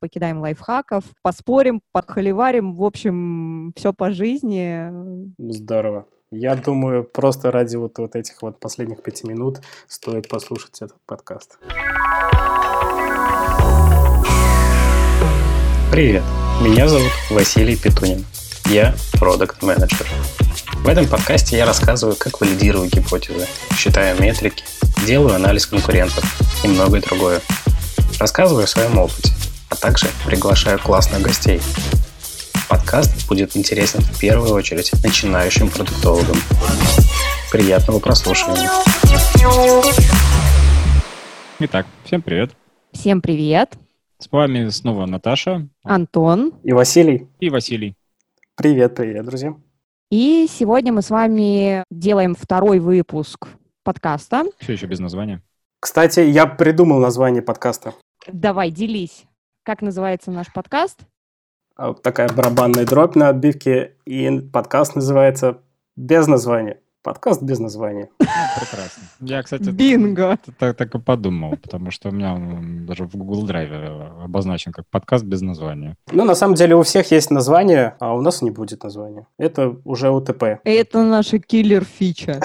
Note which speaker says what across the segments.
Speaker 1: покидаем лайфхаков, поспорим, похоливарим, в общем, все по жизни.
Speaker 2: Здорово. Я думаю, просто ради вот этих вот последних 5 минут стоит послушать этот подкаст.
Speaker 3: Привет, меня зовут Василий Петунин. Я продакт-менеджер. В этом подкасте я рассказываю, как валидирую гипотезы, считаю метрики, делаю анализ конкурентов и многое другое. Рассказываю о своем опыте, а также приглашаю классных гостей. Подкаст будет интересен в первую очередь начинающим продуктологам. Приятного прослушивания.
Speaker 4: Итак, всем привет.
Speaker 1: Всем привет.
Speaker 4: С вами снова Наташа,
Speaker 1: Антон
Speaker 2: И Василий.
Speaker 4: и Василий.
Speaker 2: Привет, друзья.
Speaker 1: И сегодня мы с вами делаем второй выпуск подкаста.
Speaker 4: Все еще без названия.
Speaker 2: Кстати, я придумал название подкаста.
Speaker 1: Давай, делись. Как называется наш подкаст?
Speaker 2: Такая барабанная дробь на отбивке, и подкаст называется «Без названия». Подкаст без названия.
Speaker 4: Прекрасно. Я, кстати,
Speaker 1: Бинго!
Speaker 4: так и подумал, потому что у меня даже в Google Drive обозначен как подкаст без названия.
Speaker 2: Ну, на самом деле, у всех есть название, а у нас не будет названия. Это уже УТП.
Speaker 1: Это наша киллер-фича.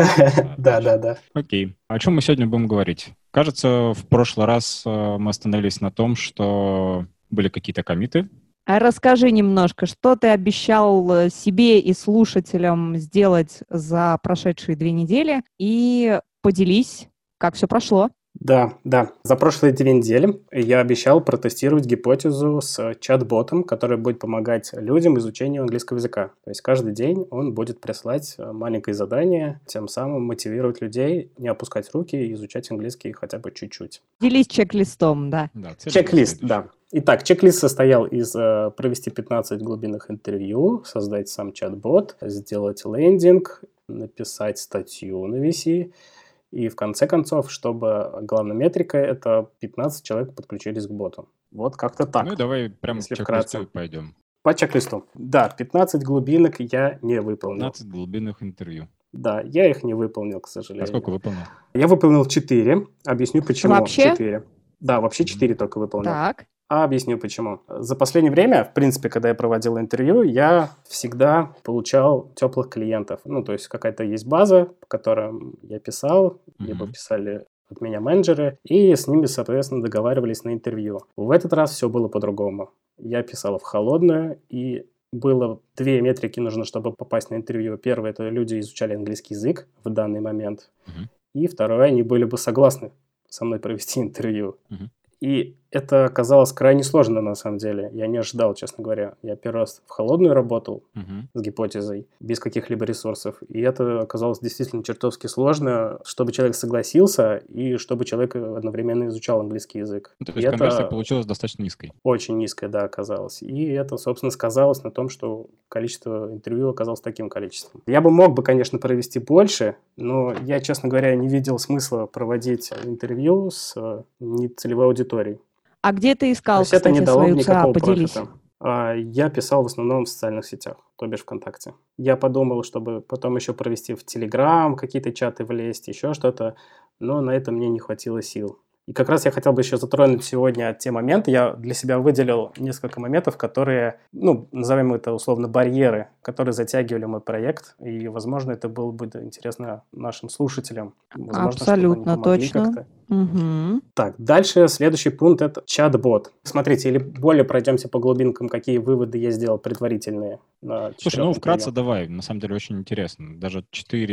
Speaker 2: Да.
Speaker 4: Окей. О чем мы сегодня будем говорить? Кажется, в прошлый раз мы остановились на том, что были какие-то коммиты.
Speaker 1: А расскажи немножко, что ты обещал себе и слушателям сделать за прошедшие 2 недели, и поделись, как все прошло.
Speaker 2: Да. За прошлые 2 недели я обещал протестировать гипотезу с чат-ботом, который будет помогать людям изучению английского языка. То есть каждый день он будет прислать маленькое задание, тем самым мотивировать людей не опускать руки и изучать английский хотя бы чуть-чуть.
Speaker 1: Делись чек-листом, да.
Speaker 2: Чек-лист, да. Итак, чек-лист состоял из провести 15 глубинных интервью, создать сам чат-бот, сделать лендинг, написать статью на VC. И в конце концов, чтобы главная метрика – это 15 человек подключились к боту. Вот как-то так.
Speaker 4: Ну и давай прямо
Speaker 2: если
Speaker 4: к чек-листу
Speaker 2: вкратце.
Speaker 4: пойдем.
Speaker 2: По чек-листу. Да, 15 глубинок я не выполнил.
Speaker 4: 15 глубинных интервью.
Speaker 2: Да, я их не выполнил, к сожалению.
Speaker 4: А сколько выполнил?
Speaker 2: Я выполнил 4. Объясню, почему.
Speaker 1: Вообще?
Speaker 2: 4. Да, вообще 4 только выполнил.
Speaker 1: Так.
Speaker 2: А объясню почему. За последнее время, в принципе, когда я проводил интервью, я всегда получал теплых клиентов. Ну, то есть какая-то есть база, по которым я писал, либо писали от меня менеджеры, и с ними, соответственно, договаривались на интервью. В этот раз все было по-другому. Я писал в холодную, и было 2 метрики нужно, чтобы попасть на интервью. Первое – это люди изучали английский язык в данный момент. И второе – они были бы согласны со мной провести интервью. И это оказалось крайне сложно, на самом деле. Я не ожидал, честно говоря. Я первый раз в холодную работал с гипотезой, без каких-либо ресурсов. И это оказалось действительно чертовски сложно, чтобы человек согласился и чтобы человек одновременно изучал английский язык.
Speaker 4: То есть конверсия получилась достаточно низкой.
Speaker 2: Очень низкая, да, оказалось. И это, собственно, сказалось на том, что количество интервью оказалось таким количеством. Я бы мог бы, конечно, провести больше, но я, честно говоря, не видел смысла проводить интервью с нецелевой аудиторией.
Speaker 1: А где ты искал,
Speaker 2: То есть это не
Speaker 1: кстати,
Speaker 2: дало
Speaker 1: свою
Speaker 2: никакого
Speaker 1: ЦА? Поделись.
Speaker 2: профита. Я писал в основном в социальных сетях, то бишь ВКонтакте. Я подумал, чтобы потом еще провести в Телеграм, какие-то чаты влезть, еще что-то, но на это мне не хватило сил. И как раз я хотел бы еще затронуть сегодня те моменты. Я для себя выделил несколько моментов, которые, назовем это условно барьеры, которые затягивали мой проект. И, возможно, это было бы интересно нашим слушателям. Возможно,
Speaker 1: абсолютно
Speaker 2: чтобы они помогли
Speaker 1: точно.
Speaker 2: как-то. Так, дальше следующий пункт – это чат-бот. Смотрите, или более пройдемся по глубинкам, какие выводы я сделал предварительные.
Speaker 4: Слушай, вкратце давай. На самом деле очень интересно. Даже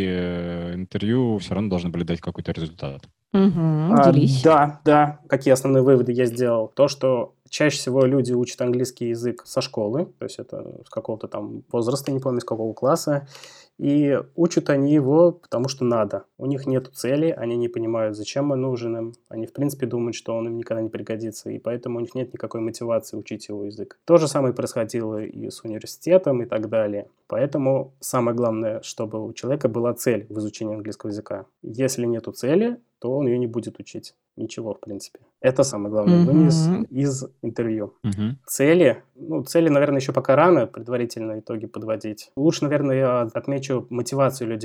Speaker 4: 4 интервью все равно должны были дать какой-то результат.
Speaker 1: Делись.
Speaker 2: Да. Какие основные выводы я сделал? То, что чаще всего люди учат английский язык со школы, то есть это с какого-то там возраста, не помню, с какого класса, и учат они его, потому что надо. У них нет цели, они не понимают, зачем он нужен им. Они, в принципе, думают, что он им никогда не пригодится, и поэтому у них нет никакой мотивации учить его язык. То же самое происходило и с университетом и так далее. Поэтому самое главное, чтобы у человека была цель в изучении английского языка. Если нету цели, то он ее не будет учить. Ничего, в принципе. Это самое главное вынес из интервью. Цели, наверное, еще пока рано предварительно итоги подводить. Лучше, наверное, я отмечу мотивацию людей.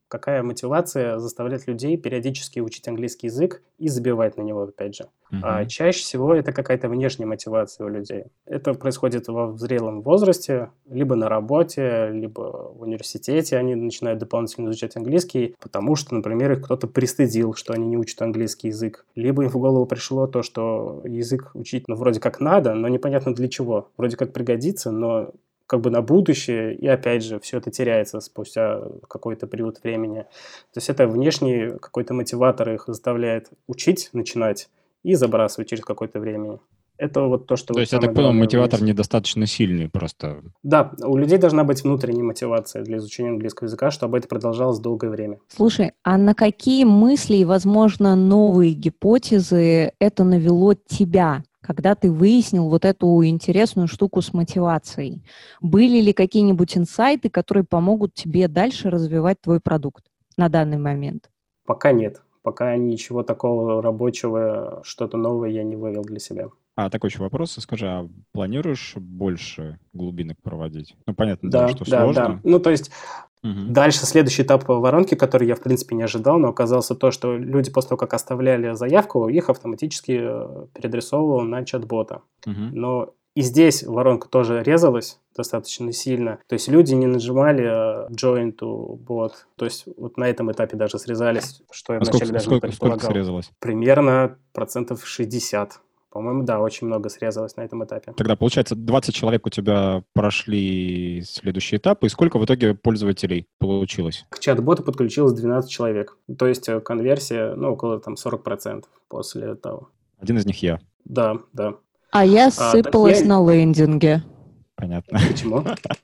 Speaker 2: какая мотивация заставляет людей периодически учить английский язык и забивать на него, опять же. А чаще всего это какая-то внешняя мотивация у людей. Это происходит в зрелом возрасте, либо на работе, либо в университете они начинают дополнительно изучать английский, потому что, например, их кто-то пристыдил, что они не учат английский язык. Либо им в голову пришло то, что язык учить вроде как надо, но непонятно для чего. Вроде как пригодится, но как бы на будущее, и опять же, все это теряется спустя какой-то период времени. То есть это внешний какой-то мотиватор их заставляет учить, начинать, и забрасывать через какое-то время. Это вот то, что...
Speaker 4: То есть, я так понял, мотиватор недостаточно сильный просто.
Speaker 2: Да, у людей должна быть внутренняя мотивация для изучения английского языка, чтобы это продолжалось долгое время.
Speaker 1: Слушай, а на какие мысли и, возможно, новые гипотезы это навело тебя, когда ты выяснил вот эту интересную штуку с мотивацией? Были ли какие-нибудь инсайты, которые помогут тебе дальше развивать твой продукт на данный момент?
Speaker 2: Пока нет. Пока ничего такого рабочего, что-то новое я не вывел для себя.
Speaker 4: Такой еще вопрос. Скажи, а планируешь больше глубинок проводить? Ну, понятно, дело, что сложно.
Speaker 2: Да. Ну, то есть дальше следующий этап воронки, который я, в принципе, не ожидал, но оказался то, что люди после того, как оставляли заявку, их автоматически переадресовывал на чат-бота. Но и здесь воронка тоже резалась достаточно сильно. То есть люди не нажимали join to bot. То есть вот на этом этапе даже срезались, что я вначале даже не предполагал.
Speaker 4: Сколько срезалось?
Speaker 2: Примерно 60%. По-моему, да, очень много срезалось на этом этапе.
Speaker 4: Тогда, получается, 20 человек у тебя прошли следующий этап, и сколько в итоге пользователей получилось?
Speaker 2: К чат-боту подключилось 12 человек. То есть конверсия, около 40% после того.
Speaker 4: Один из них я.
Speaker 2: Да.
Speaker 1: А я сыпалась на лендинге.
Speaker 4: Понятно.
Speaker 2: Почему?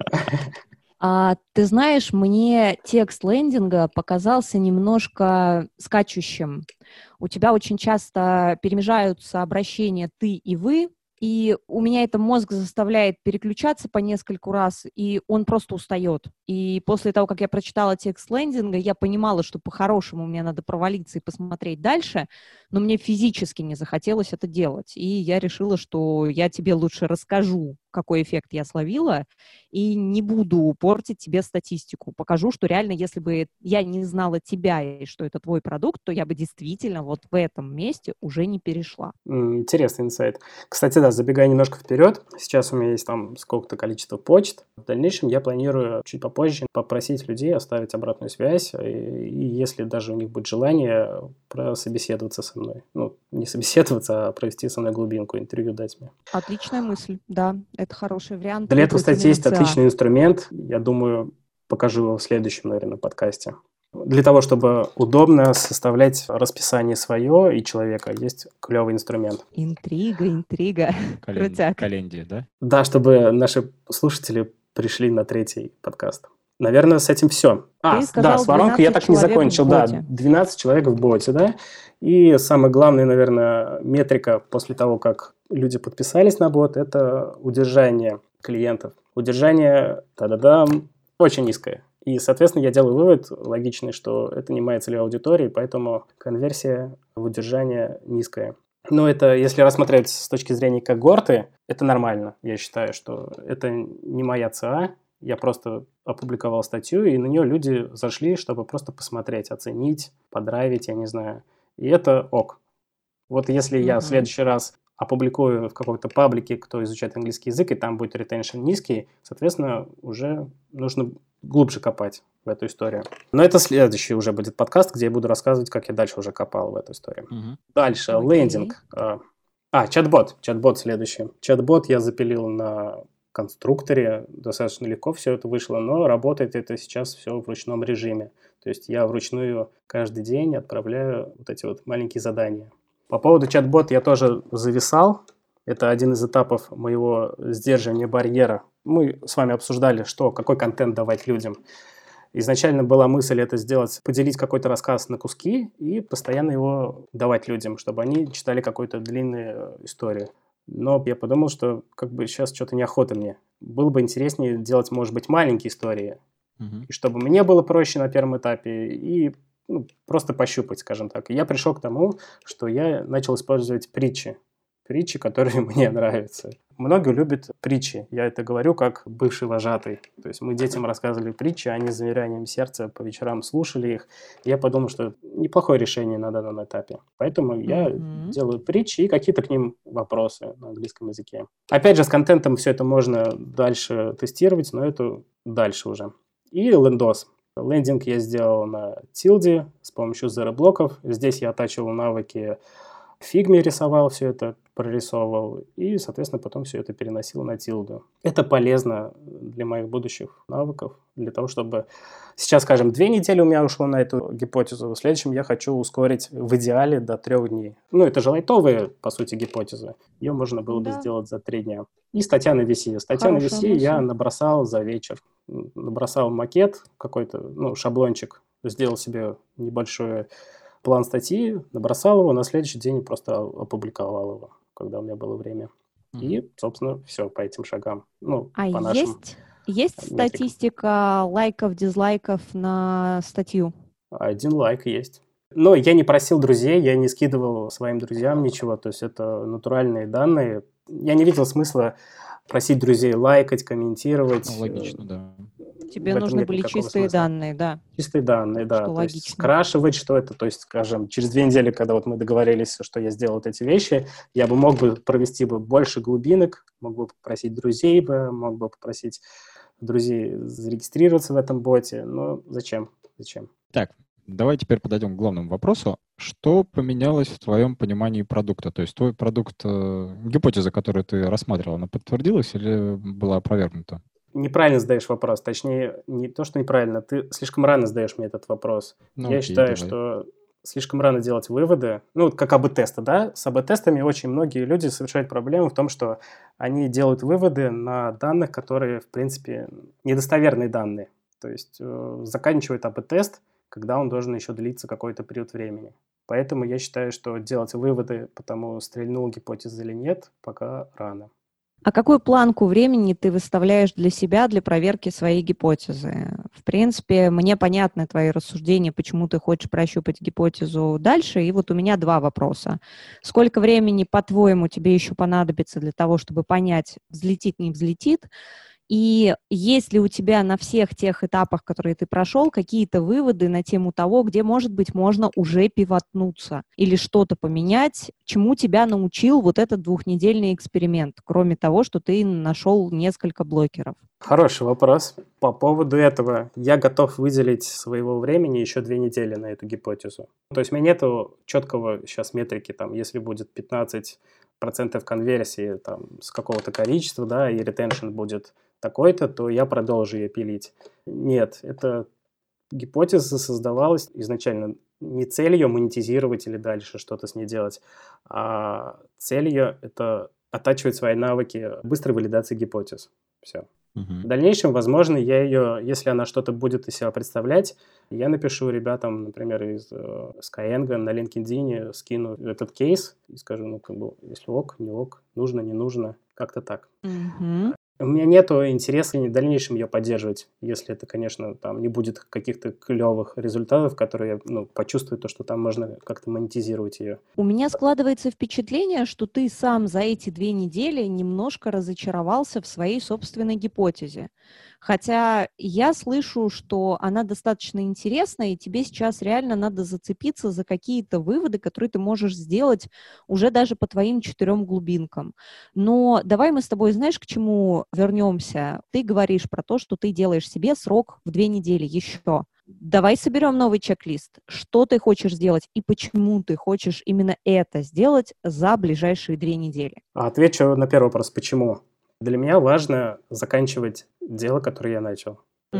Speaker 1: Ты знаешь, мне текст лендинга показался немножко скачущим. У тебя очень часто перемежаются обращения «ты» и «вы», и у меня это мозг заставляет переключаться по нескольку раз, и он просто устает. И после того, как я прочитала текст лендинга, я понимала, что по-хорошему мне надо провалиться и посмотреть дальше, но мне физически не захотелось это делать. И я решила, что я тебе лучше расскажу, какой эффект я словила, и не буду портить тебе статистику. Покажу, что реально, если бы я не знала тебя и что это твой продукт, то я бы действительно вот в этом месте уже не перешла.
Speaker 2: Интересный инсайт. Кстати, да, забегая немножко вперед, сейчас у меня есть там сколько-то количество почт. В дальнейшем я планирую чуть попозже попросить людей оставить обратную связь, и если даже у них будет желание, прособеседоваться со мной. Не собеседоваться, а провести со мной глубинку, интервью дать мне.
Speaker 1: Отличная мысль, да. Это хороший вариант.
Speaker 2: Для этого, кстати, есть отличный инструмент. Я думаю, покажу его в следующем, наверное, подкасте. Для того, чтобы удобно составлять расписание свое и человека, есть клевый инструмент.
Speaker 1: Интрига. Крутяк.
Speaker 4: Календи, да?
Speaker 2: Да, чтобы наши слушатели пришли на 3-й подкаст. Наверное, с этим все. С воронкой я так не закончил. Да, 12 человек в боте, да. И самая главная, наверное, метрика после того, как люди подписались на бот, это удержание клиентов. Удержание, очень низкое. И, соответственно, я делаю вывод логичный, что это не моя целевая аудитория, поэтому конверсия в удержание низкая. Но это, если рассмотреть с точки зрения когорты, это нормально. Я считаю, что это не моя ЦА. Я просто опубликовал статью, и на нее люди зашли, чтобы просто посмотреть, оценить, подрайвить, я не знаю. И это ок. Вот если я в следующий раз опубликую в каком-то паблике, кто изучает английский язык, и там будет ретеншн низкий, соответственно, уже нужно глубже копать в эту историю. Но это следующий уже будет подкаст, где я буду рассказывать, как я дальше уже копал в эту историю. Дальше, лендинг. Чат-бот. Чат-бот следующий. Чат-бот я запилил на конструкторе. Достаточно легко все это вышло, но работает это сейчас все в ручном режиме. То есть я вручную каждый день отправляю вот эти вот маленькие задания. По поводу чат-бота я тоже зависал. Это один из этапов моего сдерживания барьера. Мы с вами обсуждали, какой контент давать людям. Изначально была мысль это сделать, поделить какой-то рассказ на куски и постоянно его давать людям, чтобы они читали какую-то длинную историю. Но я подумал, что сейчас что-то неохота мне. Было бы интереснее делать, может быть, маленькие истории. И чтобы мне было проще на первом этапе и просто пощупать, скажем так. И я пришел к тому, что я начал использовать притчи. притчи, которые мне нравятся. Многие любят притчи. Я это говорю как бывший вожатый. То есть мы детям рассказывали притчи, они с замиранием сердца по вечерам слушали их. Я подумал, что неплохое решение на данном этапе. Поэтому я делаю притчи и какие-то к ним вопросы на английском языке. Опять же, с контентом все это можно дальше тестировать, но это дальше уже. И лендос. Лендинг я сделал на Tilde с помощью Zero-блоков. Здесь я оттачивал навыки в Figma, рисовал все это, прорисовывал и, соответственно, потом все это переносил на Tilde. Это полезно для моих будущих навыков, для того, чтобы... Сейчас, скажем, 2 недели у меня ушло на эту гипотезу, в следующем я хочу ускорить в идеале до 3 дней. Ну, это же лайтовые, по сути, гипотезы. Ее можно было бы сделать за 3 дня. И статья на VC. Статья на VC я набросал за вечер. Набросал макет какой-то, ну, шаблончик, сделал себе небольшой план статьи, набросал его, на следующий день просто опубликовал его, когда у меня было время. И, собственно, все по этим шагам. Ну, по нашим
Speaker 1: есть статистика лайков, дизлайков на статью?
Speaker 2: 1 лайк есть. Но я не просил друзей, я не скидывал своим друзьям ничего, то есть это натуральные данные. Я не видел смысла просить друзей лайкать, комментировать.
Speaker 4: Ну, логично, да.
Speaker 1: Тебе нужны были чистые данные, да.
Speaker 2: Чистые данные, да.
Speaker 1: Что
Speaker 2: то
Speaker 1: логично.
Speaker 2: Есть скрашивать, что это, то есть, скажем, через 2 недели, когда вот мы договорились, что я сделал вот эти вещи, я бы мог бы провести бы больше глубинок, мог бы попросить друзей, мог бы попросить друзей зарегистрироваться в этом боте, но зачем?
Speaker 4: Так, давай теперь подойдем к главному вопросу. Что поменялось в твоем понимании продукта? То есть твой продукт, гипотеза, которую ты рассматривал, она подтвердилась или была опровергнута?
Speaker 2: Неправильно задаешь вопрос. Точнее, не то, что неправильно, ты слишком рано задаешь мне этот вопрос. Я считаю, что слишком рано делать выводы. Ну, вот как АБ-тесты, да? С АБ-тестами очень многие люди совершают проблему в том, что они делают выводы на данных, которые, в принципе, недостоверные данные. То есть заканчивают АБ-тест, когда он должен еще длиться какой-то период времени. Поэтому я считаю, что делать выводы по тому, стрельнул гипотеза или нет, пока рано.
Speaker 1: А какую планку времени ты выставляешь для себя для проверки своей гипотезы? В принципе, мне понятны твои рассуждения, почему ты хочешь прощупать гипотезу дальше. И вот у меня 2 вопроса. Сколько времени, по-твоему, тебе еще понадобится для того, чтобы понять, взлетит, не взлетит? И есть ли у тебя на всех тех этапах, которые ты прошел, какие-то выводы на тему того, где, может быть, можно уже пивотнуться или что-то поменять, чему тебя научил вот этот 2-недельный эксперимент, кроме того, что ты нашел несколько блокеров?
Speaker 2: Хороший вопрос. По поводу этого я готов выделить своего времени еще 2 недели на эту гипотезу. То есть у меня нету четкого сейчас метрики, там, если будет 15% конверсии там, с какого-то количества, да, и ретеншн будет такой-то, то я продолжу ее пилить. Нет, эта гипотеза создавалась изначально не целью монетизировать или дальше что-то с ней делать, а целью это оттачивать свои навыки быстрой валидации гипотез. Все. В дальнейшем, возможно, я ее, если она что-то будет из себя представлять, я напишу ребятам, например, из Skyeng на LinkedIn, скину этот кейс и скажу, ну, как бы, если ок, не ок, нужно, не нужно, как-то так. У меня нету интереса в дальнейшем ее поддерживать, если это, конечно, там не будет каких-то клевых результатов, которые я почувствую, то, что там можно как-то монетизировать ее.
Speaker 1: У меня складывается впечатление, что ты сам за эти 2 недели немножко разочаровался в своей собственной гипотезе. Хотя я слышу, что она достаточно интересна, и тебе сейчас реально надо зацепиться за какие-то выводы, которые ты можешь сделать уже даже по твоим 4 глубинкам. Но давай мы с тобой, знаешь, к чему вернемся? Ты говоришь про то, что ты делаешь себе срок в 2 недели еще. Давай соберем новый чек-лист. Что ты хочешь сделать и почему ты хочешь именно это сделать за ближайшие 2 недели?
Speaker 2: Отвечу на первый вопрос, почему. Для меня важно заканчивать дело, которое я начал.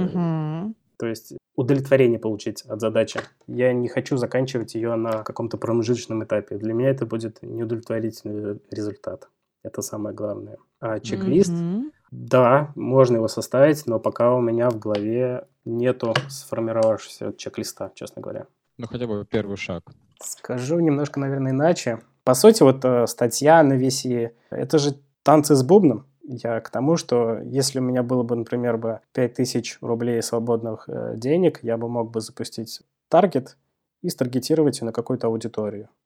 Speaker 2: То есть удовлетворение получить от задачи. Я не хочу заканчивать ее на каком-то промежуточном этапе. Для меня это будет неудовлетворительный результат. Это самое главное. А чек-лист, да, можно его составить, но пока у меня в голове нету сформировавшегося чек-листа, честно говоря.
Speaker 4: Ну, хотя бы первый шаг.
Speaker 2: Скажу немножко, наверное, иначе. По сути, вот статья на VC, это же танцы с бубном. Я к тому, что если у меня было бы, например, 5000 рублей свободных денег, я бы мог бы запустить таргет и старгетировать ее на какую-то аудиторию.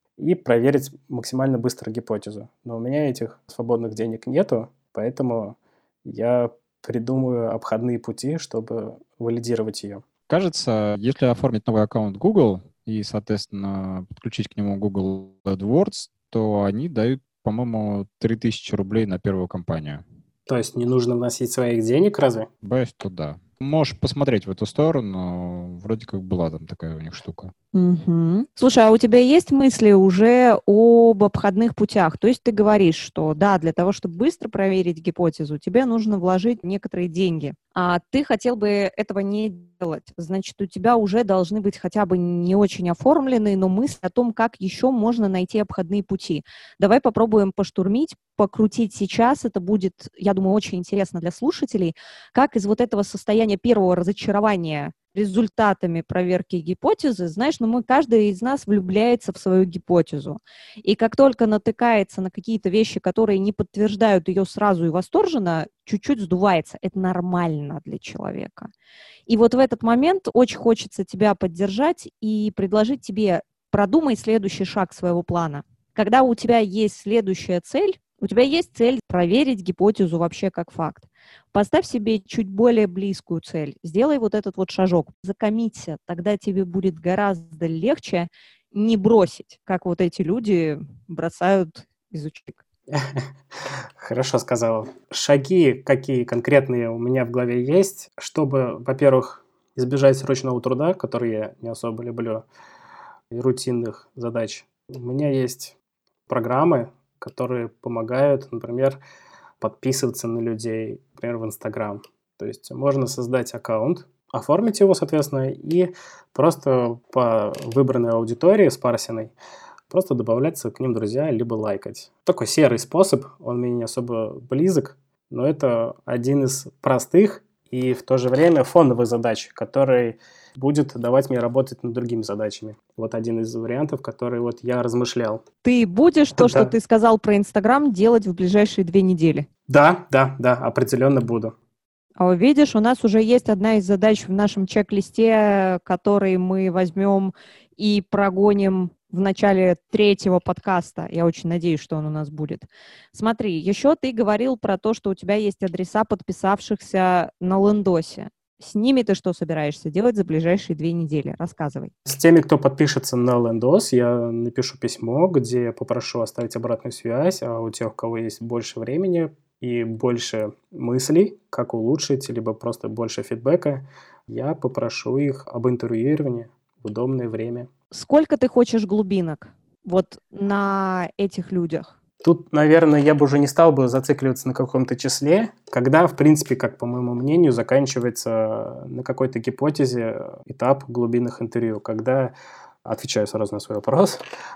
Speaker 2: и проверить максимально быстро гипотезу. Но у меня этих свободных денег нету, поэтому я придумаю обходные пути, чтобы валидировать ее.
Speaker 4: Кажется, если оформить новый аккаунт Google и, соответственно, подключить к нему Google AdWords, то они дают, по-моему, 3000 рублей на первую кампанию.
Speaker 2: То есть не нужно вносить своих денег, разве?
Speaker 4: Боюсь, что да. Можешь посмотреть в эту сторону. Вроде как была там такая у них штука.
Speaker 1: Мгм. Слушай, а у тебя есть мысли уже об обходных путях? То есть ты говоришь, что да, для того, чтобы быстро проверить гипотезу, тебе нужно вложить некоторые деньги, а ты хотел бы этого не делать. Значит, у тебя уже должны быть хотя бы не очень оформленные, но мысли о том, как еще можно найти обходные пути. Давай попробуем поштурмить, покрутить сейчас. Это будет, я думаю, очень интересно для слушателей, как из вот этого состояния первого разочарования результатами проверки гипотезы, знаешь, каждый из нас влюбляется в свою гипотезу. И как только натыкается на какие-то вещи, которые не подтверждают ее сразу и восторженно, чуть-чуть сдувается. Это нормально для человека. И вот в этот момент очень хочется тебя поддержать и предложить тебе продумай следующий шаг своего плана. Когда у тебя есть следующая цель, у тебя есть цель проверить гипотезу вообще как факт. Поставь себе чуть более близкую цель. Сделай вот этот вот шажок. Закоммится. Тогда тебе будет гораздо легче не бросить, как вот эти люди бросают из учебника.
Speaker 2: Хорошо сказала. Шаги, какие конкретные у меня в голове есть, чтобы, во-первых, избежать ручного труда, который я не особо люблю, и рутинных задач. У меня есть программы, которые помогают, например, подписываться на людей, например, в Инстаграм. То есть можно создать аккаунт, оформить его, соответственно, и просто по выбранной аудитории спарсенной просто добавляться к ним друзья, либо лайкать. Такой серый способ, он мне не особо близок, но это один из простых и в то же время фоновых задач, который будет давать мне работать над другими задачами. Вот один из вариантов, который вот я размышлял.
Speaker 1: Ты будешь то, что ты сказал про Инстаграм, делать в ближайшие 2 недели?
Speaker 2: Да, определенно буду.
Speaker 1: Видишь, у нас уже есть одна из задач в нашем чек-листе, который мы возьмем и прогоним в начале 3-го подкаста. Я очень надеюсь, что он у нас будет. Смотри, еще ты говорил про то, что у тебя есть адреса подписавшихся на Лендосе. С ними ты что собираешься делать за ближайшие 2 недели? Рассказывай.
Speaker 2: С теми, кто подпишется на Лендос, я напишу письмо, где попрошу оставить обратную связь, а у тех, у кого есть больше времени и больше мыслей, как улучшить, либо просто больше фидбэка, я попрошу их об интервьюировании в удобное время.
Speaker 1: Сколько ты хочешь глубинок вот на этих людях?
Speaker 2: Тут, наверное, я бы уже не стал бы зацикливаться на каком-то числе, когда, в принципе, как по моему мнению, заканчивается на какой-то гипотезе этап глубинных интервью, когда, отвечаю сразу на свой вопрос,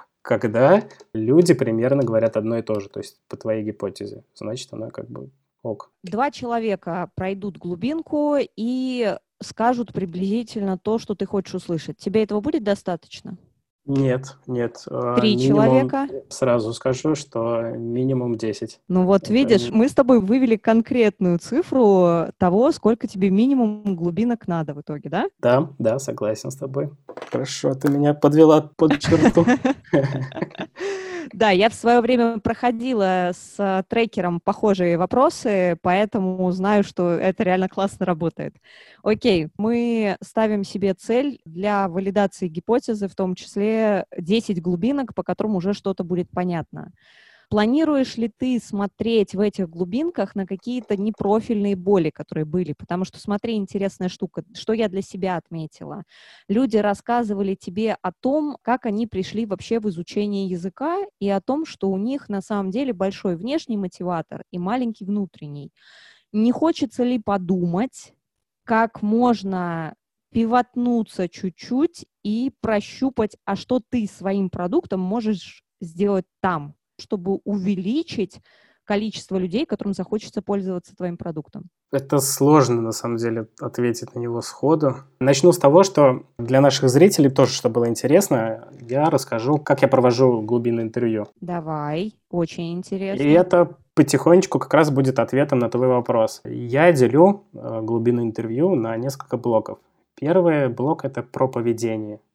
Speaker 2: когда люди примерно говорят одно и то же, то есть по твоей гипотезе, значит, она как бы ок.
Speaker 1: 2 человека пройдут глубинку и скажут приблизительно то, что ты хочешь услышать. Тебе этого будет достаточно?
Speaker 2: Нет.
Speaker 1: 3 человека?
Speaker 2: Сразу скажу, что минимум 10.
Speaker 1: Ну вот видишь, мы с тобой вывели конкретную цифру того, сколько тебе минимум глубинок надо в итоге, да?
Speaker 2: Да, согласен с тобой. Хорошо, ты меня подвела под черту.
Speaker 1: Да, я в свое время проходила с трекером похожие вопросы, поэтому знаю, что это реально классно работает. Окей, мы ставим себе цель для валидации гипотезы, в том числе 10 глубинок, по которым уже что-то будет понятно. Планируешь ли ты смотреть в этих глубинках на какие-то непрофильные боли, которые были? Потому что, смотри, интересная штука, что я для себя отметила. Люди рассказывали тебе о том, как они пришли вообще в изучение языка, и о том, что у них на самом деле большой внешний мотиватор и маленький внутренний. Не хочется ли подумать, как можно пивотнуться чуть-чуть и прощупать, а что ты своим продуктом можешь сделать там, чтобы увеличить количество людей, которым захочется пользоваться твоим продуктом?
Speaker 2: Это сложно, на самом деле, ответить на него сходу. Начну с того, что для наших зрителей тоже, что было интересно, я расскажу, как я провожу глубинное интервью.
Speaker 1: Давай, очень интересно.
Speaker 2: И это потихонечку как раз будет ответом на твой вопрос. Я делю глубинное интервью на несколько блоков. Первый блок – это про поведение.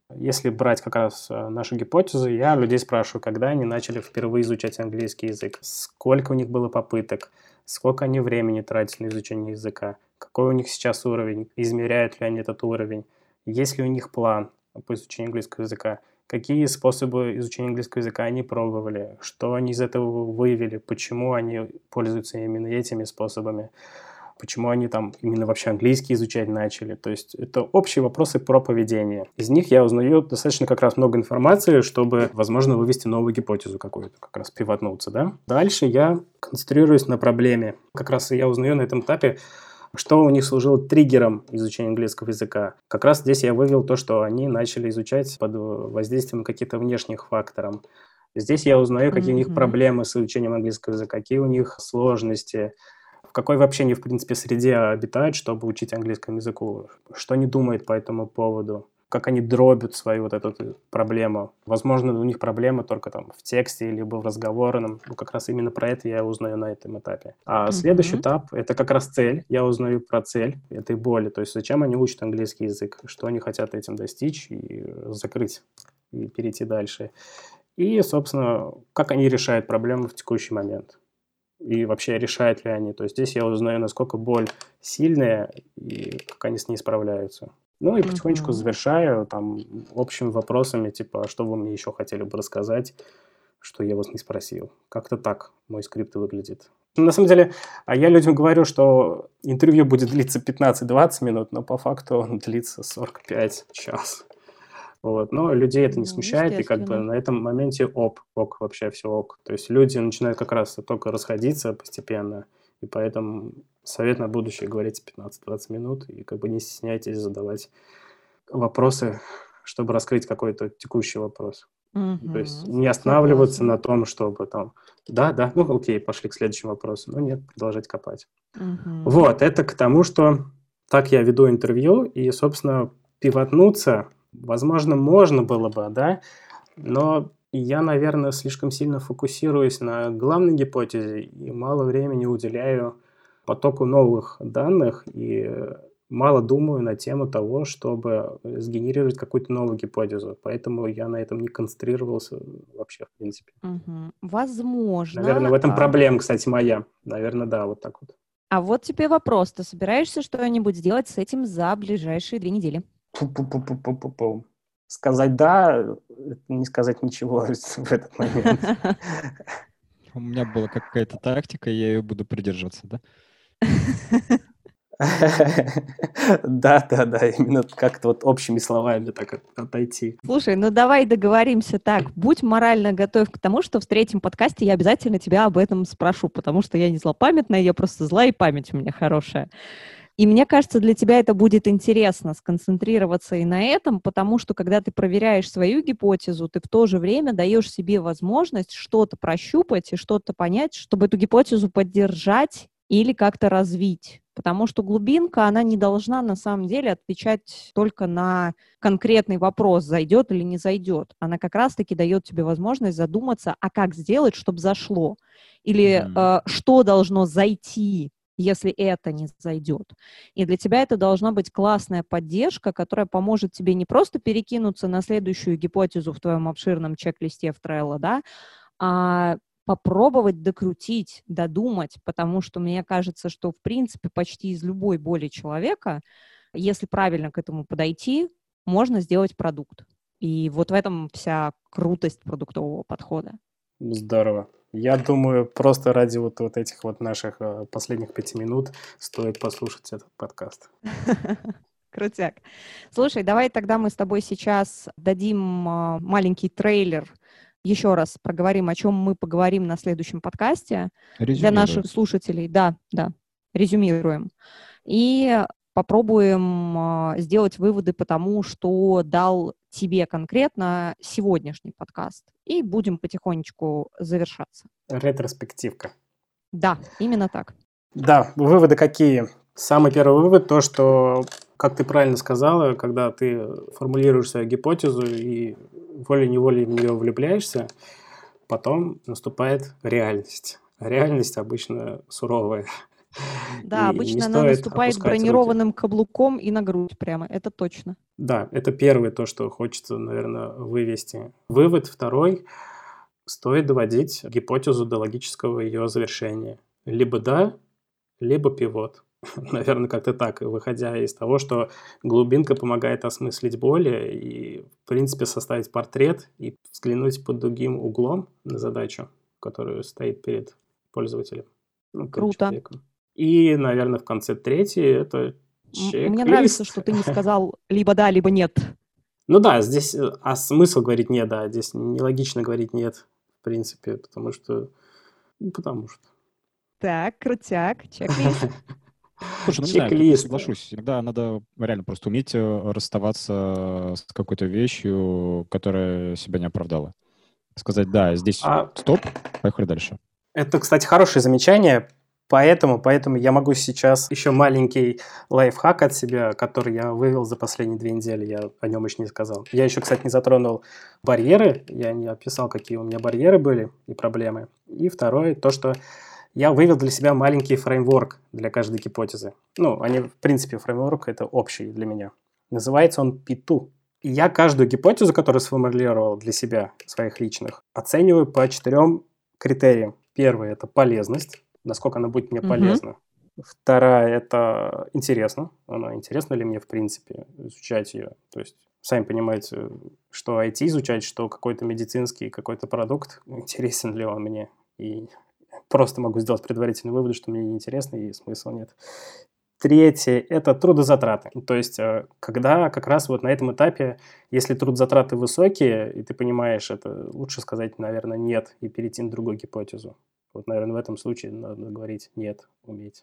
Speaker 2: Если брать как раз нашу гипотезу, я людей спрашиваю, когда они начали впервые изучать английский язык, сколько у них было попыток, сколько они времени тратят на изучение языка, какой у них сейчас уровень, измеряют ли они этот уровень, есть ли у них план по изучению английского языка, какие способы изучения английского языка они пробовали, что они из этого выявили, почему они пользуются именно этими способами, почему они там именно вообще английский изучать начали. То есть это общие вопросы про поведение. Из них я узнаю достаточно как раз много информации, чтобы, возможно, вывести новую гипотезу какую-то, как раз пивотнуться, да. Дальше я концентрируюсь на проблеме. Как раз я узнаю на этом этапе, что у них служило триггером изучения английского языка. Как раз здесь я вывел то, что они начали изучать под воздействием каких-то внешних факторов. Здесь я узнаю, какие у них проблемы с изучением английского языка, какие у них сложности, в какой вообще они, в принципе, среде обитают, чтобы учить английскому языку, что они думают по этому поводу, как они дробят свою вот эту проблему. Возможно, у них проблемы только там в тексте либо в разговорном. Как раз именно про это я узнаю на этом этапе. А следующий этап – это как раз цель. Я узнаю про цель этой боли. То есть зачем они учат английский язык, что они хотят этим достичь и закрыть, и перейти дальше. И, собственно, как они решают проблему в текущий момент. И вообще решают ли они. То есть здесь я узнаю, насколько боль сильная и как они с ней справляются. Ну и потихонечку завершаю там общими вопросами, типа, что вы мне еще хотели бы рассказать, что я вас не спросил. Как-то так мой скрипт выглядит. На самом деле, я людям говорю, что интервью будет длиться 15-20 минут, но по факту он длится 45 час. Вот. Но людей это не смущает, и как бы на этом моменте ок, вообще все ок. То есть люди начинают как раз только расходиться постепенно, и поэтому совет на будущее: говорите 15-20 минут, и как бы не стесняйтесь задавать вопросы, чтобы раскрыть какой-то текущий вопрос. То есть не останавливаться на том, чтобы там, да, ну окей, пошли к следующему вопросу, но нет, продолжать копать. Вот, это к тому, что так я веду интервью, и, собственно, пивотнуться, возможно, можно было бы, да, но я, наверное, слишком сильно фокусируюсь на главной гипотезе и мало времени уделяю потоку новых данных и мало думаю на тему того, чтобы сгенерировать какую-то новую гипотезу. Поэтому я на этом не концентрировался вообще, в принципе.
Speaker 1: Возможно.
Speaker 2: Наверное, в этом проблема, кстати, моя. Наверное, да, вот так вот.
Speaker 1: А вот тебе вопрос. Ты собираешься что-нибудь сделать с этим за ближайшие 2 недели?
Speaker 2: Сказать «да», не сказать ничего в этот момент.
Speaker 4: У меня была какая-то тактика, я ее буду придерживаться, да?
Speaker 2: Да, именно как-то вот общими словами так отойти.
Speaker 1: Слушай, ну давай договоримся так. Будь морально готов к тому, что в 3-м подкасте я обязательно тебя об этом спрошу, потому что я не злопамятная, я просто злая, и память у меня хорошая. И мне кажется, для тебя это будет интересно сконцентрироваться и на этом, потому что, когда ты проверяешь свою гипотезу, ты в то же время даешь себе возможность что-то прощупать и что-то понять, чтобы эту гипотезу поддержать или как-то развить. Потому что глубинка, она не должна на самом деле отвечать только на конкретный вопрос, зайдет или не зайдет. Она как раз-таки дает тебе возможность задуматься, а как сделать, чтобы зашло. Или что должно зайти, если это не зайдет. И для тебя это должна быть классная поддержка, которая поможет тебе не просто перекинуться на следующую гипотезу в твоем обширном чек-листе в Trello, да, а попробовать докрутить, додумать, потому что мне кажется, что, в принципе, почти из любой боли человека, если правильно к этому подойти, можно сделать продукт. И вот в этом вся крутость продуктового подхода.
Speaker 2: Здорово. Я думаю, просто ради вот этих вот наших последних 5 минут стоит послушать этот подкаст.
Speaker 1: Крутяк. Слушай, давай тогда мы с тобой сейчас дадим маленький трейлер. Еще раз проговорим, о чем мы поговорим на следующем подкасте. Для наших слушателей. Да, резюмируем. И попробуем сделать выводы по тому, что дал тебе конкретно сегодняшний подкаст. И будем потихонечку завершаться.
Speaker 2: Ретроспективка.
Speaker 1: Да, именно так.
Speaker 2: Да, выводы какие? Самый первый вывод, то, что, как ты правильно сказала, когда ты формулируешь свою гипотезу и волей-неволей в нее влюбляешься, потом наступает реальность. Реальность обычно суровая.
Speaker 1: Да,
Speaker 2: И
Speaker 1: обычно
Speaker 2: не
Speaker 1: она
Speaker 2: стоит
Speaker 1: наступает
Speaker 2: опускать руки.
Speaker 1: бронированным каблуком и на грудь прямо, это точно.
Speaker 2: Да, это первое то, что хочется, наверное, вывести. Вывод второй. Стоит доводить гипотезу до логического ее завершения. Либо да, либо пивот. Наверное, как-то так, выходя из того, что глубинка помогает осмыслить более и, в принципе, составить портрет и взглянуть под другим углом на задачу, которая стоит перед пользователем, перед
Speaker 1: Круто.
Speaker 2: человеком. И, наверное, в конце третий – это чек-лист.
Speaker 1: Мне нравится, что ты не сказал либо да, либо нет.
Speaker 2: Ну да, здесь смысл говорить «нет», да, здесь нелогично говорить «нет», в принципе, потому что...
Speaker 1: Так, крутяк, чек-лист.
Speaker 4: Слушай, ну не знаю, тут
Speaker 2: Чек-лист.
Speaker 4: соглашусь. Иногда надо реально просто уметь расставаться с какой-то вещью, которая себя не оправдала. Сказать, да, здесь стоп, поехали дальше.
Speaker 2: Это, кстати, хорошее замечание, поэтому я могу сейчас еще маленький лайфхак от себя, который я вывел за последние 2 недели, я о нем еще не сказал. Я еще, кстати, не затронул барьеры, я не описал, какие у меня барьеры были и проблемы. И второе, то, что я вывел для себя маленький фреймворк для каждой гипотезы. Они, в принципе, фреймворк это общий для меня. Называется он P2. И я каждую гипотезу, которую сформулировал для себя, своих личных, оцениваю по 4 критериям. Первый – это полезность, насколько она будет мне полезна. Вторая – это интересно. Она интересна ли мне, в принципе, изучать ее. То есть, сами понимаете, что IT изучать, что какой-то медицинский какой-то продукт, интересен ли он мне. И просто могу сделать предварительный вывод, что мне неинтересно и смысла нет. Третье – это трудозатраты. То есть, когда как раз вот на этом этапе, если трудозатраты высокие, и ты понимаешь, это лучше сказать, наверное, нет и перейти на другую гипотезу. Вот, наверное, в этом случае надо говорить «нет», уметь.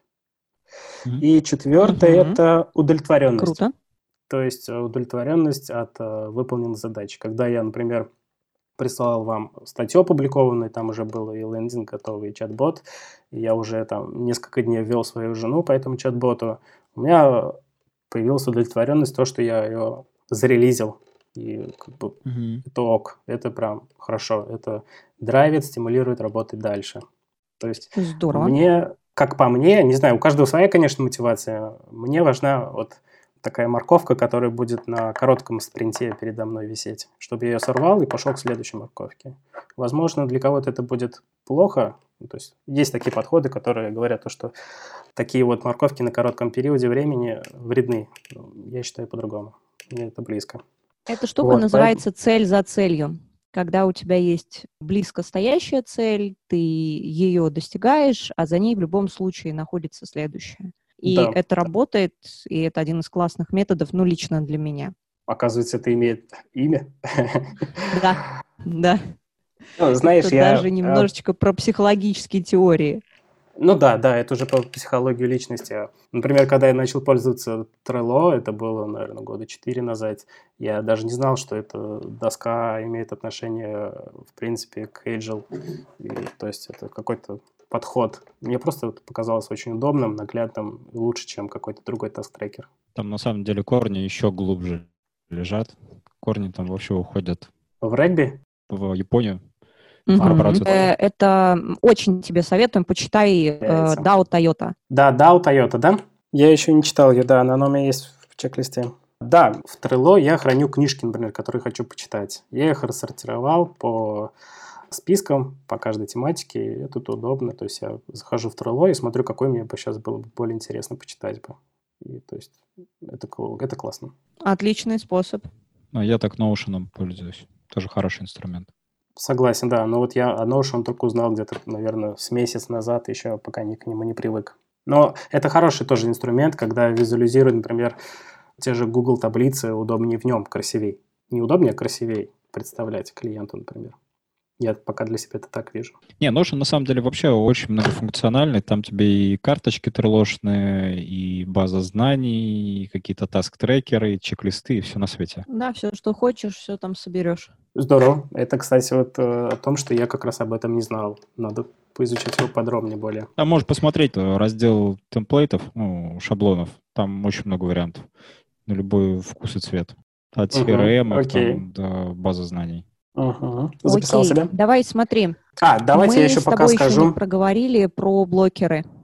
Speaker 2: И четвертое – это удовлетворенность.
Speaker 1: Круто.
Speaker 2: То есть, удовлетворенность от выполненной задачи. Когда я, например, прислал вам статью опубликованную, там уже был и лендинг готовый, и чат-бот, и я уже там несколько дней ввел свою жену по этому чат-боту, у меня появилась удовлетворенность, то, что я ее зарелизил, и это ок, это прям хорошо, это драйвит, стимулирует работать дальше. То есть
Speaker 1: здорово.
Speaker 2: Мне, как по мне, не знаю, у каждого своя, конечно, мотивация, мне важна вот такая морковка, которая будет на коротком спринте передо мной висеть, чтобы я ее сорвал и пошел к следующей морковке. Возможно, для кого-то это будет плохо. То есть такие подходы, которые говорят, что такие вот морковки на коротком периоде времени вредны. Я считаю по-другому. Мне это близко.
Speaker 1: Эта штука называется цель за целью. Когда у тебя есть близко стоящая цель, ты ее достигаешь, а за ней в любом случае находится следующая. И это работает, и это один из классных методов, лично для меня.
Speaker 2: Оказывается, это имеет имя?
Speaker 1: Да.
Speaker 2: Знаешь,
Speaker 1: это даже немножечко про психологические теории.
Speaker 2: Да, это уже про психологию личности. Например, когда я начал пользоваться Trello, это было, наверное, 4 года назад, я даже не знал, что эта доска имеет отношение, в принципе, к Agile. То есть это какой-то подход. Мне просто показалось очень удобным, наглядным, лучше, чем какой-то другой таск-трекер.
Speaker 4: Там на самом деле корни еще глубже лежат. Корни там вообще уходят.
Speaker 2: В регби?
Speaker 4: В Японию.
Speaker 1: Это очень тебе советуем. Почитай DAO Toyota.
Speaker 2: Да, DAO Toyota, да? Я еще не читал ее, да, она у меня есть в чек-листе. Да, в Trello я храню книжки, например, которые хочу почитать. Я их рассортировал по списком, по каждой тематике, и это удобно. То есть я захожу в Trello и смотрю, какой мне сейчас было бы более интересно почитать бы. И, то есть это классно.
Speaker 1: Отличный способ.
Speaker 4: Я так Notion пользуюсь. Тоже хороший инструмент.
Speaker 2: Согласен, да. Но вот я о Notion только узнал где-то, наверное, с месяц назад, еще пока к нему не привык. Но это хороший тоже инструмент, когда визуализирует, например, те же Google таблицы, удобнее в нем, красивей. Не удобнее, а красивей представлять клиенту, например. Я пока для себя это так вижу.
Speaker 4: Notion на самом деле вообще очень многофункциональный. Там тебе и карточки трелошные, и база знаний, и какие-то таск-трекеры, и чек-листы, и все на свете.
Speaker 1: Да, все, что хочешь, все там соберешь.
Speaker 2: Здорово. Это, кстати, вот о том, что я как раз об этом не знал. Надо поизучать его подробнее более.
Speaker 4: Там можешь посмотреть раздел темплейтов, шаблонов. Там очень много вариантов. На любой вкус и цвет. От CRM до базы знаний.
Speaker 2: Записал себя.
Speaker 1: Давай смотри.
Speaker 2: Давайте я еще пока скажу.
Speaker 1: Мы с тобой еще не проговорили про блокеры.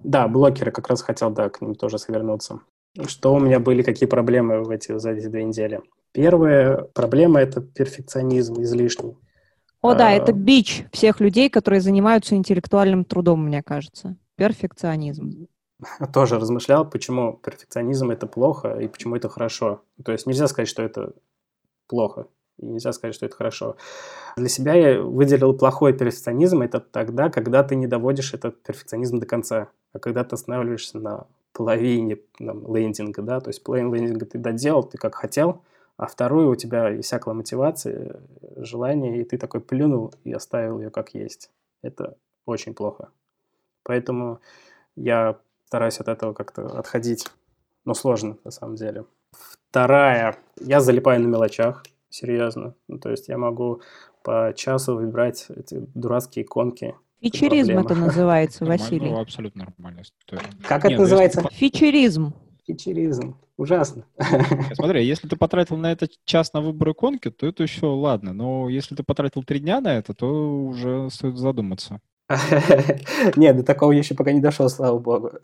Speaker 2: Да, блокеры, как раз хотел, да, к ним тоже свернуться. Что у меня были, какие проблемы за эти 2 недели? Первая проблема – это перфекционизм излишний.
Speaker 1: О, да, это бич всех людей, которые занимаются интеллектуальным трудом, мне кажется. Перфекционизм.
Speaker 2: Тоже размышлял, почему перфекционизм – это плохо и почему это хорошо. То есть нельзя сказать, что это плохо, и нельзя сказать, что это хорошо. Для себя я выделил плохой перфекционизм – это тогда, когда ты не доводишь этот перфекционизм до конца, а когда ты останавливаешься на половине лендинга, да, то есть половину лендинга ты доделал, ты как хотел, а вторую у тебя иссякла мотивация, желание, и ты такой плюнул и оставил ее как есть. Это очень плохо. Поэтому я стараюсь от этого как-то отходить. Но сложно, на самом деле. Вторая. Я залипаю на мелочах. Серьезно. То есть я могу по часу выбирать эти дурацкие иконки.
Speaker 1: Фичеризм это называется,
Speaker 4: Нормально,
Speaker 1: Василий.
Speaker 4: абсолютно нормально.
Speaker 2: Как это называется?
Speaker 1: Фичеризм.
Speaker 2: Фичеризм. Ужасно.
Speaker 4: Смотри, если ты потратил на это час на выбор иконки, то это еще ладно. Но если ты потратил 3 дня на это, то уже стоит задуматься.
Speaker 2: Нет, до такого я еще пока не дошел, слава богу.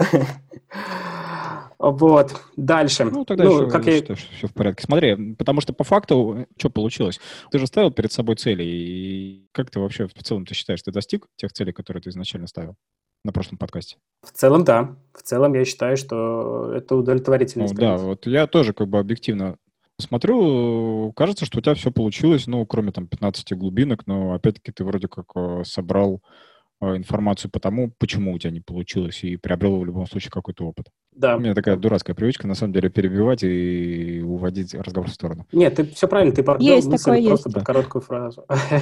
Speaker 2: Вот, дальше.
Speaker 4: Ну, тогда еще как считаю, что все в порядке. Смотри, потому что по факту, что получилось? Ты же ставил перед собой цели, и как ты вообще в целом ты считаешь, ты достиг тех целей, которые ты изначально ставил на прошлом подкасте?
Speaker 2: В целом, да. В целом, я считаю, что это удовлетворительный
Speaker 4: Да, вот я тоже как бы объективно смотрю, кажется, что у тебя все получилось, ну, кроме там 15 глубинок, но опять-таки ты вроде как собрал информацию по тому, почему у тебя не получилось, и приобрел в любом случае какой-то опыт.
Speaker 2: Да.
Speaker 4: У меня такая дурацкая привычка, на самом деле, перебивать и уводить разговор в сторону.
Speaker 2: Нет, ты все правильно, ты подвел мысль просто под короткую фразу.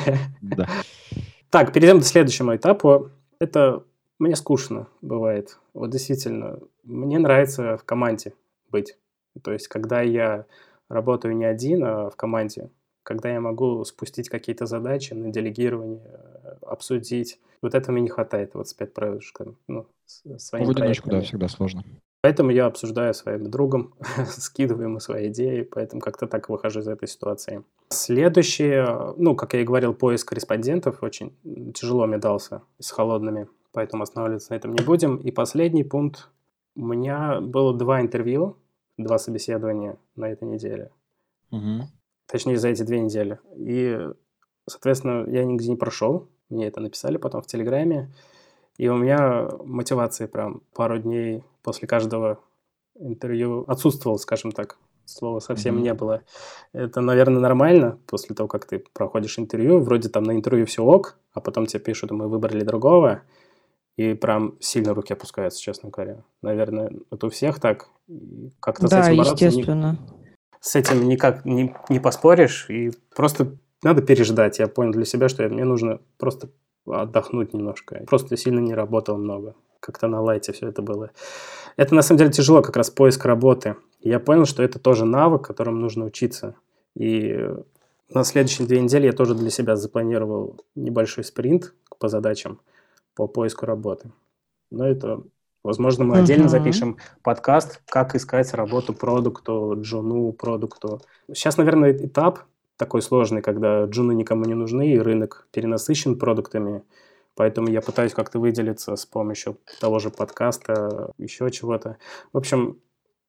Speaker 4: Да.
Speaker 2: Так, перейдем к следующему этапу. Это мне скучно бывает. Вот действительно, мне нравится в команде быть. То есть, когда я работаю не один, а в команде, когда я могу спустить какие-то задачи на делегирование, обсудить. Вот этого мне не хватает вот с Pet-Project, своим
Speaker 4: В одиночку,
Speaker 2: проектами.
Speaker 4: да, всегда сложно.
Speaker 2: Поэтому я обсуждаю с своим другом, скидываю ему свои идеи, поэтому как-то так выхожу из этой ситуации. Следующее, как я и говорил, поиск корреспондентов очень тяжело мне дался с холодными, поэтому останавливаться на этом не будем. И последний пункт. У меня было 2 интервью, 2 собеседования на этой неделе.
Speaker 4: Угу.
Speaker 2: Точнее, за эти 2 недели. И, соответственно, я нигде не прошел. Мне это написали потом в Телеграме. И у меня мотивации прям пару дней после каждого интервью отсутствовало, скажем так. Слова совсем не было. Это, наверное, нормально после того, как ты проходишь интервью. Вроде там на интервью все ок, а потом тебе пишут, мы выбрали другого. И прям сильно руки опускаются, честно говоря. Наверное, это у всех так. Как-то
Speaker 1: да,
Speaker 2: с этим бороться.
Speaker 1: Естественно.
Speaker 2: С этим никак не поспоришь. И просто надо переждать. Я понял для себя, что мне нужно просто отдохнуть немножко. Просто сильно не работал много. Как-то на лайте все это было. Это на самом деле тяжело, как раз поиск работы. И я понял, что это тоже навык, которому нужно учиться. И на следующие 2 недели я тоже для себя запланировал небольшой спринт по задачам по поиску работы. Но это, возможно, мы отдельно запишем подкаст, как искать работу продукту, джуну, продукту. Сейчас, наверное, этап такой сложный, когда джуны никому не нужны, и рынок перенасыщен продуктами. Поэтому я пытаюсь как-то выделиться с помощью того же подкаста, еще чего-то. В общем,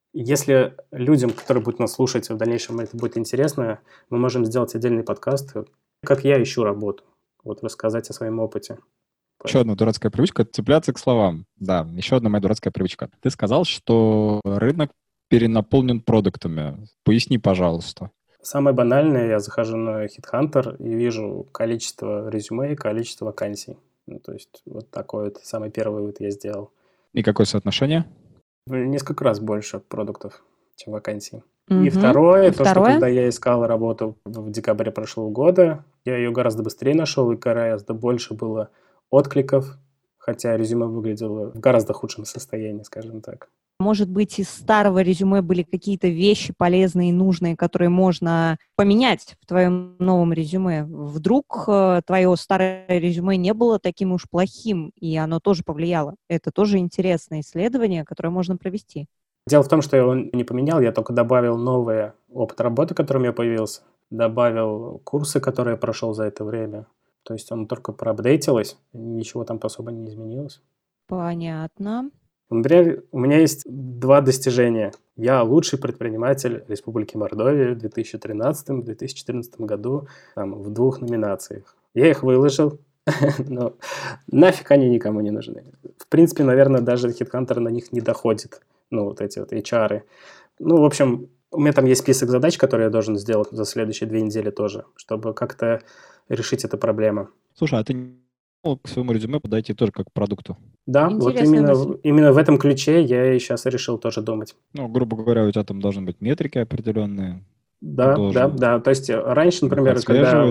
Speaker 2: если людям, которые будут нас слушать, в дальнейшем это будет интересно, мы можем сделать отдельный подкаст, как я ищу работу. Вот рассказать о своем опыте.
Speaker 4: Еще одна дурацкая привычка – цепляться к словам. Да, еще одна моя дурацкая привычка. Ты сказал, что рынок перенаполнен продуктами. Поясни, пожалуйста.
Speaker 2: Самое банальное, я захожу на HeadHunter и вижу количество резюме и количество вакансий. То есть вот такой вот самый первый вывод я сделал.
Speaker 4: И какое соотношение?
Speaker 2: Несколько раз больше продуктов, чем вакансий. И второе, что когда я искал работу в декабре прошлого года, я ее гораздо быстрее нашел, и гораздо больше было откликов, хотя резюме выглядело в гораздо худшем состоянии, скажем так.
Speaker 1: Может быть, из старого резюме были какие-то вещи полезные и нужные, которые можно поменять в твоем новом резюме. Вдруг твое старое резюме не было таким уж плохим, и оно тоже повлияло. Это тоже интересное исследование, которое можно провести.
Speaker 2: Дело в том, что я его не поменял, я только добавил новый опыт работы, который у меня появился, добавил курсы, которые я прошел за это время. То есть он только проапдейтилось, ничего там особо не изменилось.
Speaker 1: Понятно.
Speaker 2: Например, у меня есть 2 достижения. Я лучший предприниматель Республики Мордовия в 2013-2014 году в 2 номинациях. Я их выложил, но нафиг они никому не нужны. В принципе, наверное, даже HeadHunter на них не доходит. Вот эти вот HR. В общем, у меня там есть список задач, которые я должен сделать за следующие 2 недели тоже, чтобы как-то решить эту проблему.
Speaker 4: Слушай, а ты не мог к своему резюме подойти тоже как к продукту?
Speaker 2: Да,
Speaker 1: Интересная мысль.
Speaker 2: именно в этом ключе я и сейчас решил тоже думать.
Speaker 4: Грубо говоря, у тебя там должны быть метрики определенные.
Speaker 2: Да. То есть раньше, например, когда...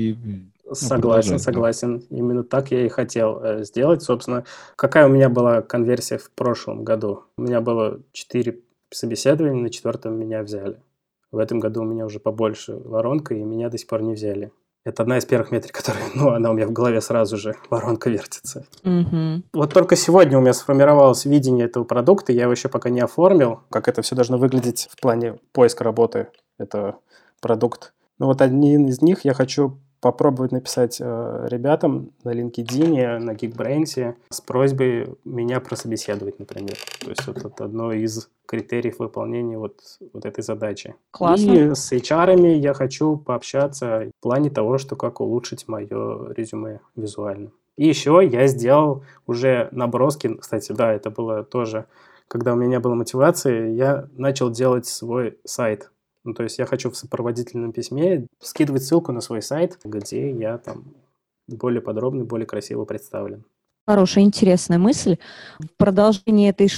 Speaker 2: Согласен. Именно так я и хотел сделать. Собственно, какая у меня была конверсия в прошлом году? У меня было 4 собеседования, на 4-м меня взяли. В этом году у меня уже побольше воронка, и меня до сих пор не взяли. Это одна из первых метрик, которая, она у меня в голове сразу же, воронка вертится.
Speaker 1: Мгм.
Speaker 2: Вот только сегодня у меня сформировалось видение этого продукта, я его еще пока не оформил, как это все должно выглядеть в плане поиска работы. Это продукт. Один из них я хочу попробовать написать ребятам на LinkedIn, на Geekbrains с просьбой меня прособеседовать, например. То есть это одно из критериев выполнения вот этой задачи.
Speaker 1: Классно.
Speaker 2: И с HR-ами я хочу пообщаться в плане того, что как улучшить мое резюме визуально. И еще я сделал уже наброски. Кстати, да, это было тоже, когда у меня не было мотивации, я начал делать свой сайт. То есть я хочу в сопроводительном письме скидывать ссылку на свой сайт, где я там более подробно, более красиво представлен.
Speaker 1: Хорошая, интересная мысль. В продолжении этой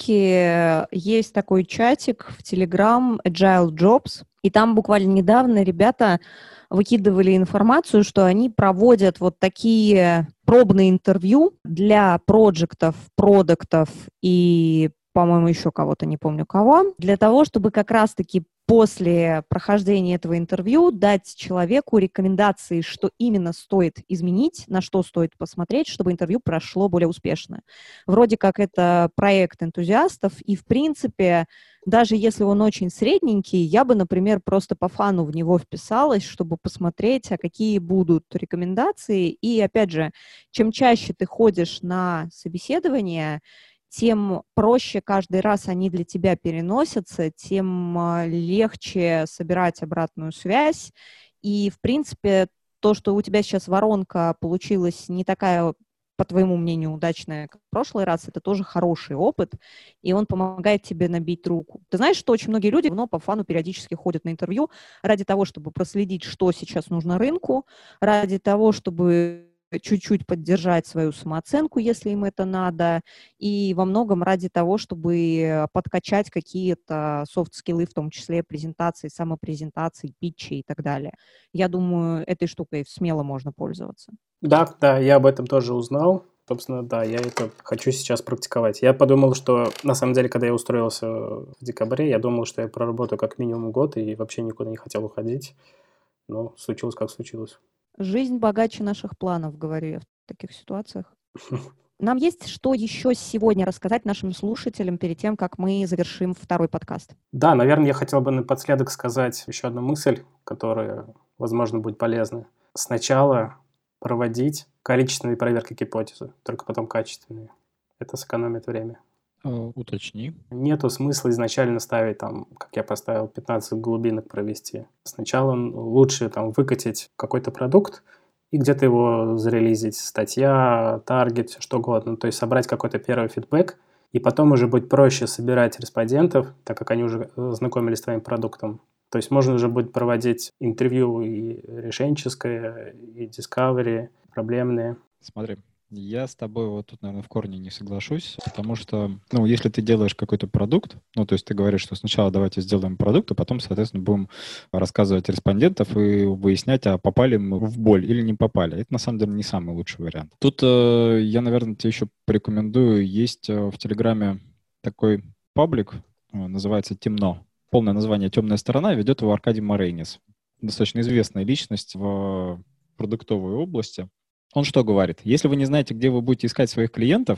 Speaker 1: штуки есть такой чатик в Telegram Agile Jobs, и там буквально недавно ребята выкидывали информацию, что они проводят вот такие пробные интервью для проектов, продуктов и, по-моему, еще кого-то, не помню кого, для того, чтобы как раз-таки после прохождения этого интервью дать человеку рекомендации, что именно стоит изменить, на что стоит посмотреть, чтобы интервью прошло более успешно. Вроде как это проект энтузиастов, и, в принципе, даже если он очень средненький, я бы, например, просто по фану в него вписалась, чтобы посмотреть, а какие будут рекомендации. И, опять же, чем чаще ты ходишь на собеседование, тем проще каждый раз они для тебя переносятся, тем легче собирать обратную связь. И, в принципе, то, что у тебя сейчас воронка получилась не такая, по твоему мнению, удачная, как в прошлый раз, это тоже хороший опыт, и он помогает тебе набить руку. Ты знаешь, что очень многие люди по фану периодически ходят на интервью ради того, чтобы проследить, что сейчас нужно рынку, ради того, чтобы чуть-чуть поддержать свою самооценку, если им это надо, и во многом ради того, чтобы подкачать какие-то софт-скиллы, в том числе презентации, самопрезентации, питчи и так далее. Я думаю, этой штукой смело можно пользоваться.
Speaker 2: Да, я об этом тоже узнал. Собственно, да, я это хочу сейчас практиковать. Я подумал, что, на самом деле, когда я устроился в декабре, я думал, что я проработаю как минимум год и вообще никуда не хотел уходить. Но случилось, как случилось.
Speaker 1: Жизнь богаче наших планов, говорю я в таких ситуациях. Нам есть что еще сегодня рассказать нашим слушателям перед тем, как мы завершим второй подкаст?
Speaker 2: Да, наверное, я хотел бы напоследок сказать еще одну мысль, которая, возможно, будет полезна. Сначала проводить количественные проверки гипотезы, только потом качественные. Это сэкономит время.
Speaker 4: Уточни.
Speaker 2: Нету смысла изначально ставить, как я поставил, 15 глубинок провести. Сначала лучше выкатить какой-то продукт и где-то его зарелизить. Статья, таргет, все что угодно. То есть собрать какой-то первый фидбэк, и потом уже будет проще собирать респондентов, так как они уже знакомились с твоим продуктом. То есть можно уже будет проводить интервью и решенческое, и discovery, проблемные.
Speaker 4: Смотри. Я с тобой тут, наверное, в корне не соглашусь, потому что, если ты делаешь какой-то продукт, то есть ты говоришь, что сначала давайте сделаем продукт, а потом, соответственно, будем рассказывать респондентов и выяснять, а попали мы в боль или не попали. Это, на самом деле, не самый лучший вариант. Тут я, наверное, тебе еще порекомендую, есть в Телеграме такой паблик, называется «Темно». Полное название «Темная сторона», ведет его Аркадий Морейнис. Достаточно известная личность в продуктовой области. Он что говорит? Если вы не знаете, где вы будете искать своих клиентов,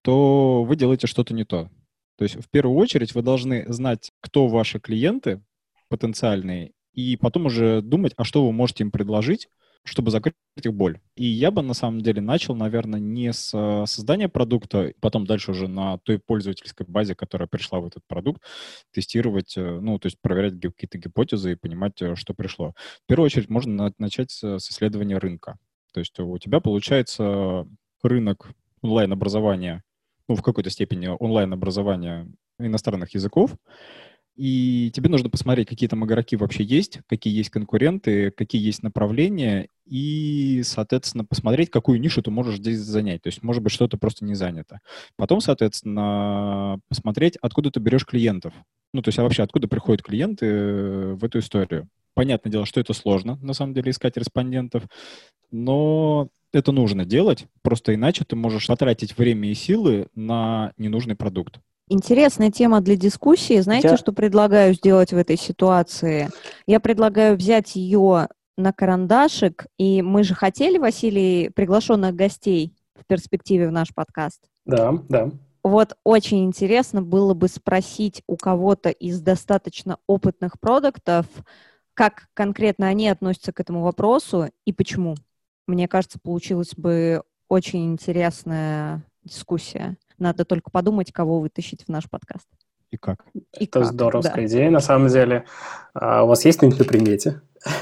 Speaker 4: то вы делаете что-то не то. То есть в первую очередь вы должны знать, кто ваши клиенты потенциальные, и потом уже думать, а что вы можете им предложить, чтобы закрыть их боль. И я бы, на самом деле, начал, наверное, не с создания продукта, потом дальше уже на той пользовательской базе, которая пришла в этот продукт, тестировать, то есть проверять какие-то гипотезы и понимать, что пришло. В первую очередь можно начать с исследования рынка. То есть у тебя получается рынок онлайн-образования, в какой-то степени онлайн-образования иностранных языков, и тебе нужно посмотреть, какие там игроки вообще есть, какие есть конкуренты, какие есть направления, и, соответственно, посмотреть, какую нишу ты можешь здесь занять. То есть, может быть, что-то просто не занято. Потом, соответственно, посмотреть, откуда ты берешь клиентов. То есть, а вообще, откуда приходят клиенты в эту историю. Понятное дело, что это сложно, на самом деле, искать респондентов, но это нужно делать, просто иначе ты можешь потратить время и силы на ненужный продукт.
Speaker 1: Интересная тема для дискуссии. Знаете, что предлагаю сделать в этой ситуации? Я предлагаю взять ее на карандашик, и мы же хотели, Василий, приглашенных гостей в перспективе в наш подкаст.
Speaker 2: Да.
Speaker 1: Вот очень интересно было бы спросить у кого-то из достаточно опытных продуктов, как конкретно они относятся к этому вопросу и почему. Мне кажется, получилась бы очень интересная дискуссия. Надо только подумать, кого вытащить в наш подкаст.
Speaker 4: И как.
Speaker 2: Это здоровская идея, на самом деле. А у вас есть кто-нибудь на примете?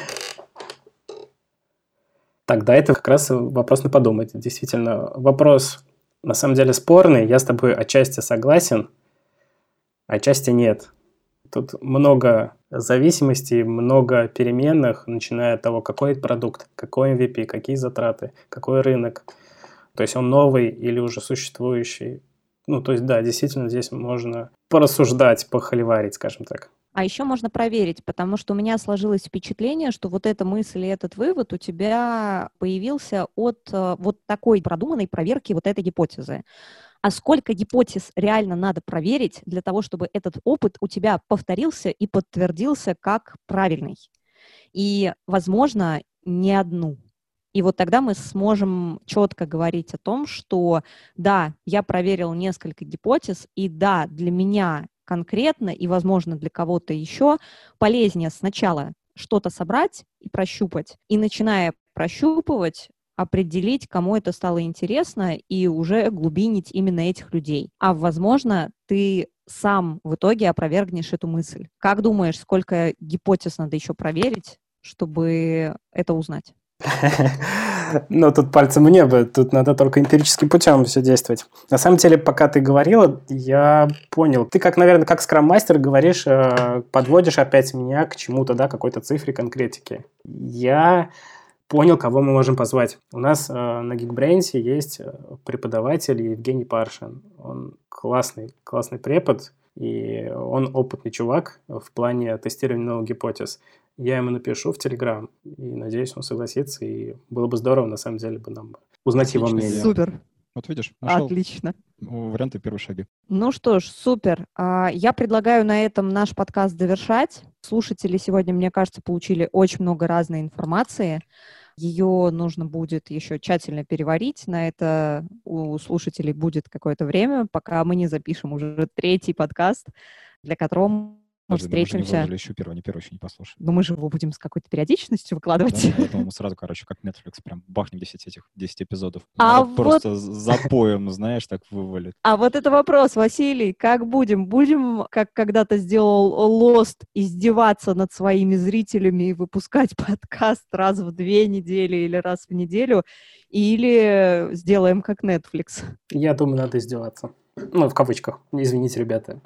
Speaker 2: Тогда это как раз вопрос на подумать. Действительно, вопрос на самом деле спорный. Я с тобой отчасти согласен, отчасти нет. Тут много зависимостей, много переменных, начиная от того, какой это продукт, какой MVP, какие затраты, какой рынок. То есть он новый или уже существующий. То есть, да, действительно, здесь можно порассуждать, похоливарить, скажем так.
Speaker 1: А еще можно проверить, потому что у меня сложилось впечатление, что вот эта мысль и этот вывод у тебя появился от вот такой продуманной проверки вот этой гипотезы. А сколько гипотез реально надо проверить для того, чтобы этот опыт у тебя повторился и подтвердился как правильный? И, возможно, не одну. И вот тогда мы сможем четко говорить о том, что да, я проверил несколько гипотез, и да, для меня конкретно и, возможно, для кого-то еще полезнее сначала что-то собрать и прощупать. И начиная прощупывать, определить, кому это стало интересно, и уже глубинить именно этих людей. А, возможно, ты сам в итоге опровергнешь эту мысль. Как думаешь, сколько гипотез надо еще проверить, чтобы это узнать?
Speaker 2: Тут пальцем в небо, тут надо только эмпирическим путем все действовать. На самом деле, пока ты говорила, я понял. Ты, наверное, как скрам-мастер говоришь, подводишь опять меня к чему-то, да, какой-то цифре, конкретике. Я понял, кого мы можем позвать. У нас на Geekbrains есть преподаватель Евгений Паршин. Он классный препод, и он опытный чувак в плане тестирования новых гипотез. Я ему напишу в Telegram, и надеюсь, он согласится, и было бы здорово, на самом деле, бы нам узнать его мнение.
Speaker 1: Супер.
Speaker 4: Вот видишь, нашел
Speaker 1: Отлично.
Speaker 4: варианты первые шаги.
Speaker 1: Ну что ж, супер. Я предлагаю на этом наш подкаст завершать. Слушатели сегодня, мне кажется, получили очень много разной информации. Ее нужно будет еще тщательно переварить. На это у слушателей будет какое-то время, пока мы не запишем уже 3-й подкаст, для которого мы встретимся.
Speaker 4: Мы же не выложили еще первый, они первый еще не послушали.
Speaker 1: Но мы же его будем с какой-то периодичностью выкладывать.
Speaker 4: Да, я думал, мы сразу, как Netflix, прям бахнем 10 эпизодов.
Speaker 1: Просто
Speaker 4: запоем, знаешь, так вывалит.
Speaker 1: А вот это вопрос, Василий, как будем? Будем, как когда-то сделал Lost, издеваться над своими зрителями и выпускать подкаст раз в 2 недели или раз в неделю? Или сделаем как Netflix?
Speaker 2: Я думаю, надо издеваться. В кавычках. Извините, ребята.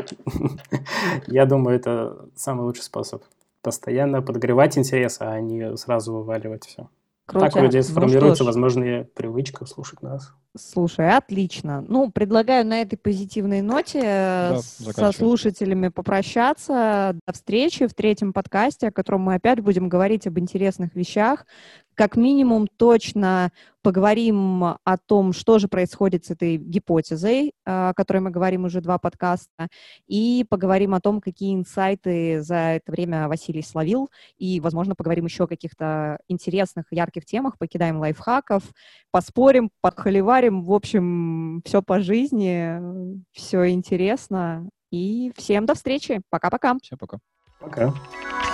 Speaker 2: Я думаю, это самый лучший способ. Постоянно подогревать интерес, а не сразу вываливать все.
Speaker 1: Круто.
Speaker 2: Так у людей сформируется возможная привычка слушать нас.
Speaker 1: Слушай, отлично. Предлагаю на этой позитивной ноте со слушателями попрощаться. До встречи в 3-м подкасте, о котором мы опять будем говорить об интересных вещах. Как минимум, точно поговорим о том, что же происходит с этой гипотезой, о которой мы говорим уже 2 подкаста, и поговорим о том, какие инсайты за это время Василий словил, и, возможно, поговорим еще о каких-то интересных, ярких темах, покидаем лайфхаков, поспорим, похоливарим, в общем, все по жизни, все интересно, и всем до встречи, пока-пока.
Speaker 4: Всем пока.
Speaker 2: Пока.